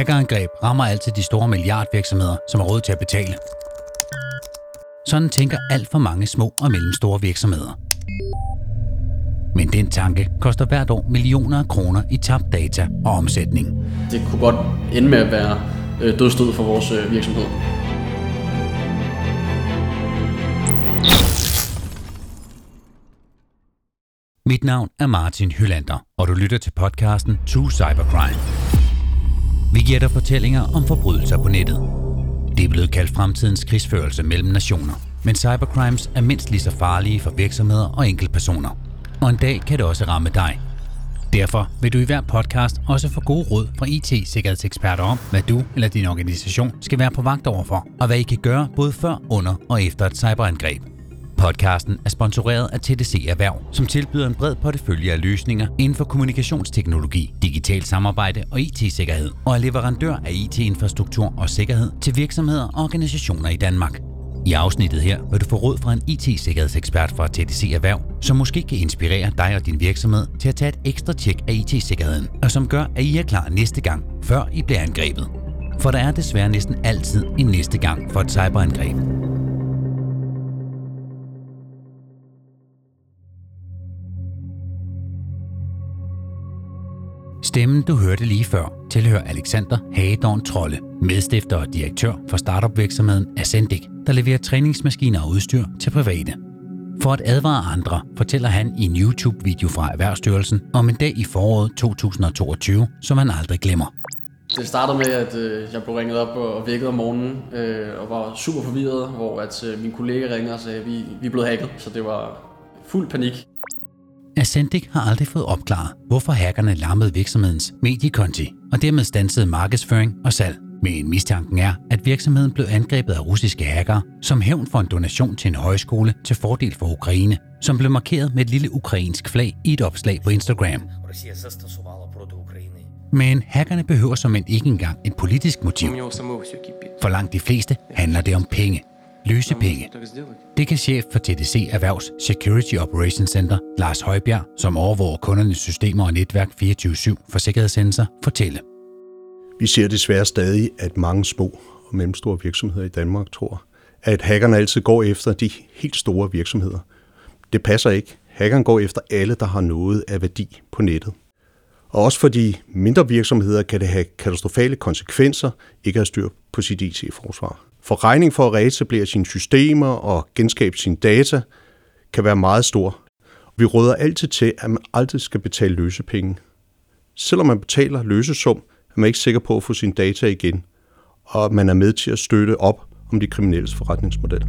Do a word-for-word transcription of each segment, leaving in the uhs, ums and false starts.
Hackerangreb rammer altid de store milliardvirksomheder, som har råd til at betale. Sådan tænker alt for mange små og mellemstore virksomheder. Men den tanke koster hvert år millioner af kroner i tabt data og omsætning. Det kunne godt ende med at være dødsstød for vores virksomhed. Mit navn er Martin Hylander, og du lytter til podcasten True Cybercrime. Vi giver dig fortællinger om forbrydelser på nettet. Det er blevet kaldt fremtidens krigsførelse mellem nationer, men cybercrimes er mindst lige så farlige for virksomheder og enkeltpersoner. Og en dag kan det også ramme dig. Derfor vil du i hver podcast også få gode råd fra I T-sikkerhedseksperter om, hvad du eller din organisation skal være på vagt overfor, og hvad I kan gøre både før, under og efter et cyberangreb. Podcasten er sponsoreret af T D C Erhverv, som tilbyder en bred portefølje af løsninger inden for kommunikationsteknologi, digital samarbejde og I T-sikkerhed, og er leverandør af I T-infrastruktur og sikkerhed til virksomheder og organisationer i Danmark. I afsnittet her vil du få råd fra en I T-sikkerhedsekspert fra T D C Erhverv, som måske kan inspirere dig og din virksomhed til at tage et ekstra tjek af I T-sikkerheden, og som gør, at I er klar næste gang, før I bliver angrebet. For der er desværre næsten altid en næste gang for et cyberangreb. Stemmen, du hørte lige før, tilhører Alexander Hagedorn Trolle, medstifter og direktør for startup-virksomheden Ascendic, der leverer træningsmaskiner og udstyr til private. For at advare andre, fortæller han i en YouTube-video fra Erhvervsstyrelsen om en dag i foråret to tusind og toogtyve, som han aldrig glemmer. Det startede med, at øh, jeg blev ringet op og vækket om morgenen øh, og var super forvirret, hvor at, øh, min kollega ringer og sagde, at vi, vi er blevet hacket, så det var fuld panik. Ascendic har aldrig fået opklaret, hvorfor hackerne lammede virksomhedens mediekonti og dermed standsede markedsføring og salg. Men mistanken er, at virksomheden blev angrebet af russiske hackere som hævn for en donation til en højskole til fordel for Ukraine, som blev markeret med et lille ukrainsk flag i et opslag på Instagram. Men hackerne behøver såmænd ikke engang et politisk motiv. For langt de fleste handler det om penge. Løse penge. Det kan chef for T D C Erhvervs Security Operations Center, Lars Højbjerg, som overvåger kundernes systemer og netværk fireogtyve syv for sikkerhedshændelser, fortælle. Vi ser desværre stadig, at mange små og mellemstore virksomheder i Danmark tror, at hackerne altid går efter de helt store virksomheder. Det passer ikke. Hackeren går efter alle, der har noget af værdi på nettet. Og også for de mindre virksomheder kan det have katastrofale konsekvenser ikke at have styr på sit I T-forsvar. For regning for at reetablere sine systemer og genskabe sine data kan være meget stor. Vi råder altid til, at man aldrig skal betale løsepenge. Selvom man betaler løsesum, er man ikke sikker på at få sine data igen, og man er med til at støtte op om de kriminelles forretningsmodel.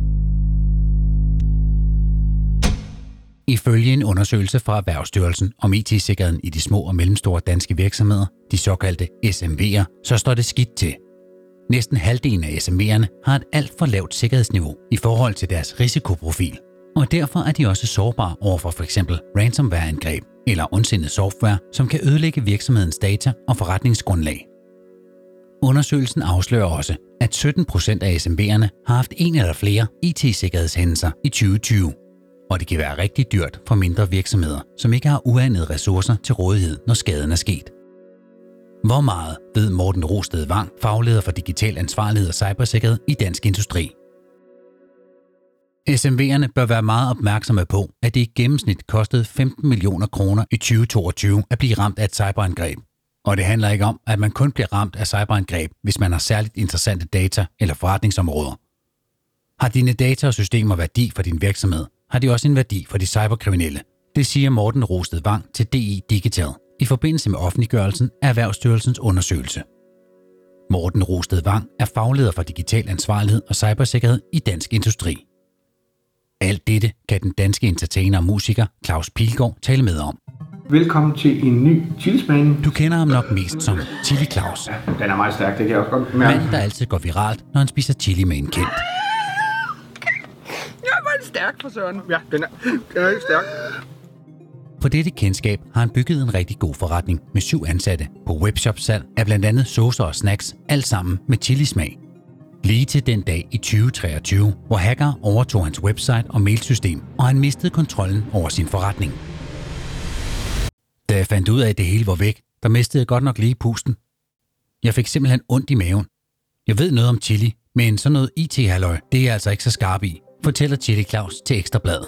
Ifølge en undersøgelse fra Erhvervsstyrelsen om I T-sikkerheden i de små og mellemstore danske virksomheder, de såkaldte S M V'er, så står det skidt til. Næsten halvdelen af S M V'erne har et alt for lavt sikkerhedsniveau i forhold til deres risikoprofil, og derfor er de også sårbare over for f.eks. ransomware-angreb eller ondsindet software, som kan ødelægge virksomhedens data og forretningsgrundlag. Undersøgelsen afslører også, at sytten procent af S M V'erne har haft en eller flere I T-sikkerhedshændelser i tyve tyve, og det kan være rigtig dyrt for mindre virksomheder, som ikke har uanede ressourcer til rådighed, når skaden er sket. Hvor meget ved Morten Rosted Vang, fagleder for digital ansvarlighed og cybersikkerhed i Dansk Industri? S M V'erne bør være meget opmærksomme på, at det i gennemsnit kostede femten millioner kroner i tyve toogtyve at blive ramt af et cyberangreb. Og det handler ikke om, at man kun bliver ramt af cyberangreb, hvis man har særligt interessante data eller forretningsområder. Har dine data og systemer værdi for din virksomhed, har de også en værdi for de cyberkriminelle. Det siger Morten Rosted Vang til D I Digital i forbindelse med offentliggørelsen af Erhvervsstyrelsens undersøgelse. Morten Rosted Vang er fagleder for digital ansvarlighed og cybersikkerhed i Dansk Industri. Alt dette kan den danske entertainer og musiker Claus Pilgaard tale med om. Velkommen til en ny chilismagning. Du kender ham nok mest som Chili Claus. Ja, den er meget stærk, det kan jeg også godt mærke. Manden, der altid går viralt, når han spiser chili med en kendt. Ja, hvor er den stærk for søren. Ja, den er, den er ikke stærk. På dette kendskab har han bygget en rigtig god forretning med syv ansatte på webshop-salg af blandt andet saucer og snacks, alt sammen med chilismag. Lige til den dag i tyve treogtyve, hvor hacker overtog hans website og mailsystem, og han mistede kontrollen over sin forretning. Da jeg fandt ud af, at det hele var væk, der mistede jeg godt nok lige pusten. Jeg fik simpelthen ondt i maven. Jeg ved noget om chili, men sådan noget I T-halløj, det er jeg altså ikke så skarp i, fortæller Chili Claus til Ekstra Bladet.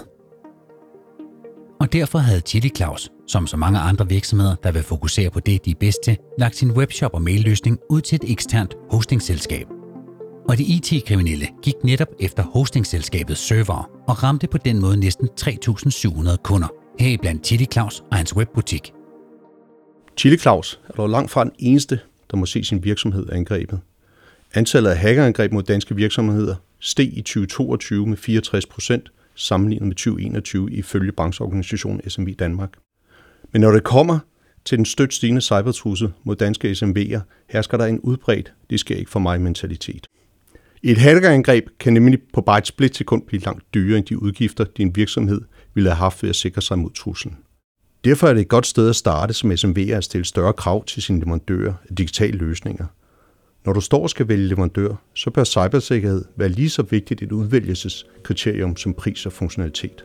Og derfor havde Chili Claus, som så mange andre virksomheder, der vil fokusere på det, de er bedst til, lagt sin webshop og mailløsning ud til et eksternt hostingselskab. Og de I T-kriminelle gik netop efter hostingselskabets server og ramte på den måde næsten tre tusind syv hundrede kunder, heriblandt Chili Claus og hans webbutik. Chili Claus er dog langt fra den eneste, der må se sin virksomhed angrebet. Antallet af hackerangreb mod danske virksomheder steg i tyve toogtyve med fireogtres procent sammenlignet med tyve enogtyve ifølge brancheorganisationen S M V Danmark. Men når det kommer til den stødt stigende cybertrussel mod danske S M V'er, hersker der en udbredt, det sker ikke for mig mentalitet. Et hackerangreb kan nemlig på bare et splitsekund blive langt dyrere end de udgifter, din virksomhed ville have haft ved at sikre sig mod truslen. Derfor er det et godt sted at starte som S M V'er at stille større krav til sine leverandører af digitale løsninger. Når du står og skal vælge leverandør, så bør cybersikkerhed være lige så vigtigt et udvælgelseskriterium som pris og funktionalitet.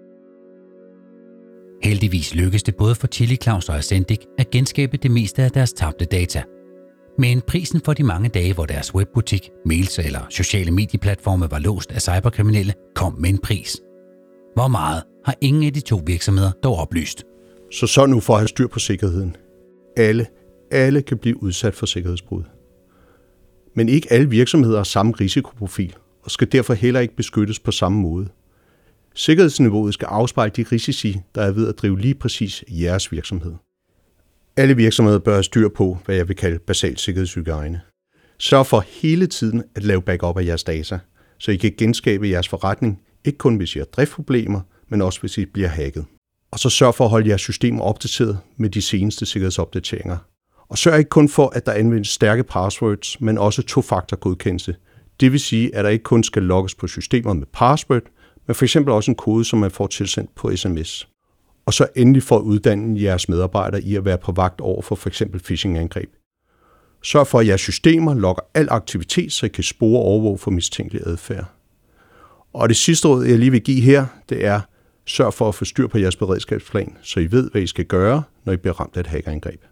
Heldigvis lykkedes det både for Chili Claus og Ascendic at genskabe det meste af deres tabte data. Men prisen for de mange dage, hvor deres webbutik, mails eller sociale medieplatforme var låst af cyberkriminelle, kom med en pris. Hvor meget har ingen af de to virksomheder dog oplyst. Så så nu for at have styr på sikkerheden. Alle, alle kan blive udsat for sikkerhedsbrud. Men ikke alle virksomheder har samme risikoprofil og skal derfor heller ikke beskyttes på samme måde. Sikkerhedsniveauet skal afspejle de risici, der er ved at drive lige præcis jeres virksomhed. Alle virksomheder bør have styr på, hvad jeg vil kalde basal sikkerhedshygiejne. Sørg for hele tiden at lave backup af jeres data, så I kan genskabe jeres forretning, ikke kun hvis I har driftproblemer, men også hvis I bliver hacket. Og så sørg for at holde jeres systemer opdateret med de seneste sikkerhedsopdateringer. Og sørg ikke kun for, at der anvendes stærke passwords, men også to-faktor-godkendelse. Det vil sige, at der ikke kun skal logges på systemer med password, men f.eks. også en kode, som man får tilsendt på sms. Og så endelig for at uddanne jeres medarbejdere i at være på vagt over for f.eks. phishing-angreb. Sørg for, at jeres systemer logger al aktivitet, så I kan spore og overvåge for mistænkelig adfærd. Og det sidste råd, jeg lige vil give her, det er, sørg for at få styr på jeres beredskabsplan, så I ved, hvad I skal gøre, når I bliver ramt af et hackerangreb.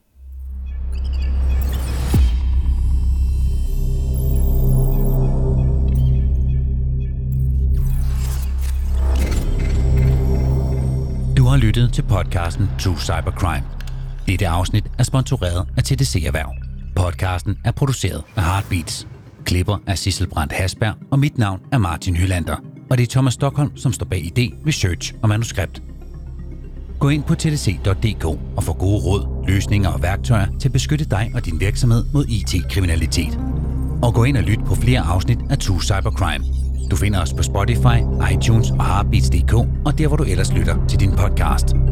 Du har lyttet til podcasten True Cybercrime. Dette afsnit er sponsoreret af T D C Erhverv. Podcasten er produceret af Heartbeats. Klipper er Sissel Brandt Hasberg, og mit navn er Martin Hylander. Og det er Thomas Stockholm, som står bag idé, research og manuskript. Gå ind på t d c punktum d k og få gode råd, løsninger og værktøjer til at beskytte dig og din virksomhed mod I T-kriminalitet. Og gå ind og lyt på flere afsnit af True Cybercrime. Du finder os på Spotify, iTunes og Heartbeats punktum d k og der, hvor du ellers lytter til din podcast.